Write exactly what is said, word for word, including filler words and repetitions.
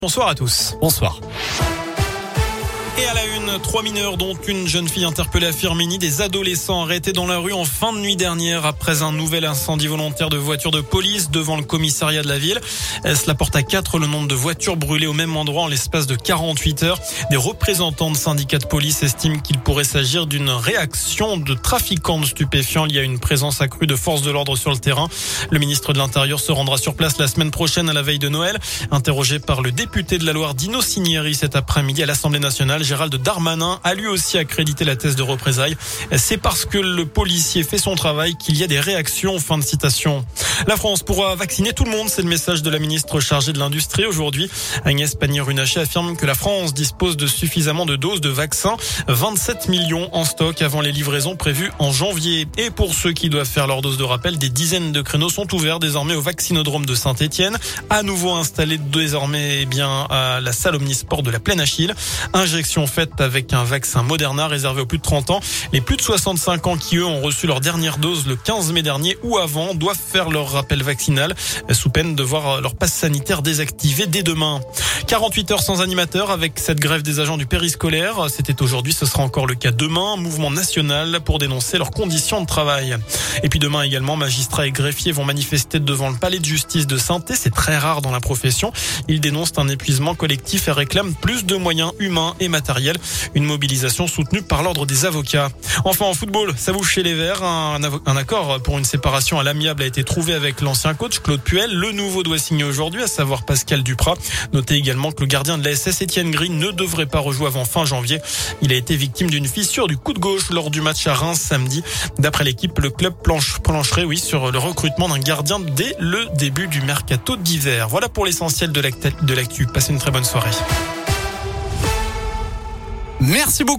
Bonsoir à tous. Bonsoir. Et à la une, trois mineurs dont une jeune fille interpellée à Firminy, des adolescents arrêtés dans la rue en fin de nuit dernière après un nouvel incendie volontaire de voitures de police devant le commissariat de la ville. Cela porte à quatre le nombre de voitures brûlées au même endroit en l'espace de quarante-huit heures. Des représentants de syndicats de police estiment qu'il pourrait s'agir d'une réaction de trafiquants de stupéfiants liée à une présence accrue de forces de l'ordre sur le terrain. Le ministre de l'Intérieur se rendra sur place la semaine prochaine à la veille de Noël. Interrogé par le député de la Loire Dino Cinieri cet après-midi à l'Assemblée nationale, Gérald Darmanin a lui aussi accrédité la thèse de représailles. C'est parce que le policier fait son travail qu'il y a des réactions. Fin de citation. La France pourra vacciner tout le monde, c'est le message de la ministre chargée de l'Industrie aujourd'hui. Agnès Pannier-Runacher affirme que la France dispose de suffisamment de doses de vaccins, vingt-sept millions en stock avant les livraisons prévues en janvier. Et pour ceux qui doivent faire leur dose de rappel, des dizaines de créneaux sont ouverts désormais au vaccinodrome de Saint-Étienne, à nouveau installé désormais eh bien à la salle Omnisport de la Plaine Achille. Injection faite avec un vaccin Moderna réservé aux plus de trente ans. Les plus de soixante-cinq ans qui, eux, ont reçu leur dernière dose le quinze mai dernier ou avant doivent faire leur rappel vaccinal sous peine de voir leur passe sanitaire désactivé dès demain. quarante-huit heures sans animateur avec cette grève des agents du périscolaire. C'était aujourd'hui, ce sera encore le cas demain. Mouvement national pour dénoncer leurs conditions de travail. Et puis demain également, magistrats et greffiers vont manifester devant le palais de justice de Saint-Étienne. C'est très rare dans la profession. Ils dénoncent un épuisement collectif et réclament plus de moyens humains et matériels. Une mobilisation soutenue par l'ordre des avocats. Enfin en football, ça bouge chez les Verts. Un, un accord pour une séparation à l'amiable a été trouvé avec l'ancien coach Claude Puel. Le nouveau doit signer aujourd'hui, à savoir Pascal Duprat. Notez également que le gardien de la S S, Étienne Gris, ne devrait pas rejouer avant fin janvier. Il a été victime d'une fissure du coude gauche lors du match à Reims samedi. D'après l'équipe, le club planche, plancherait oui, sur le recrutement d'un gardien dès le début du mercato d'hiver. Voilà pour l'essentiel de l'actu. Passez une très bonne soirée. Merci beaucoup.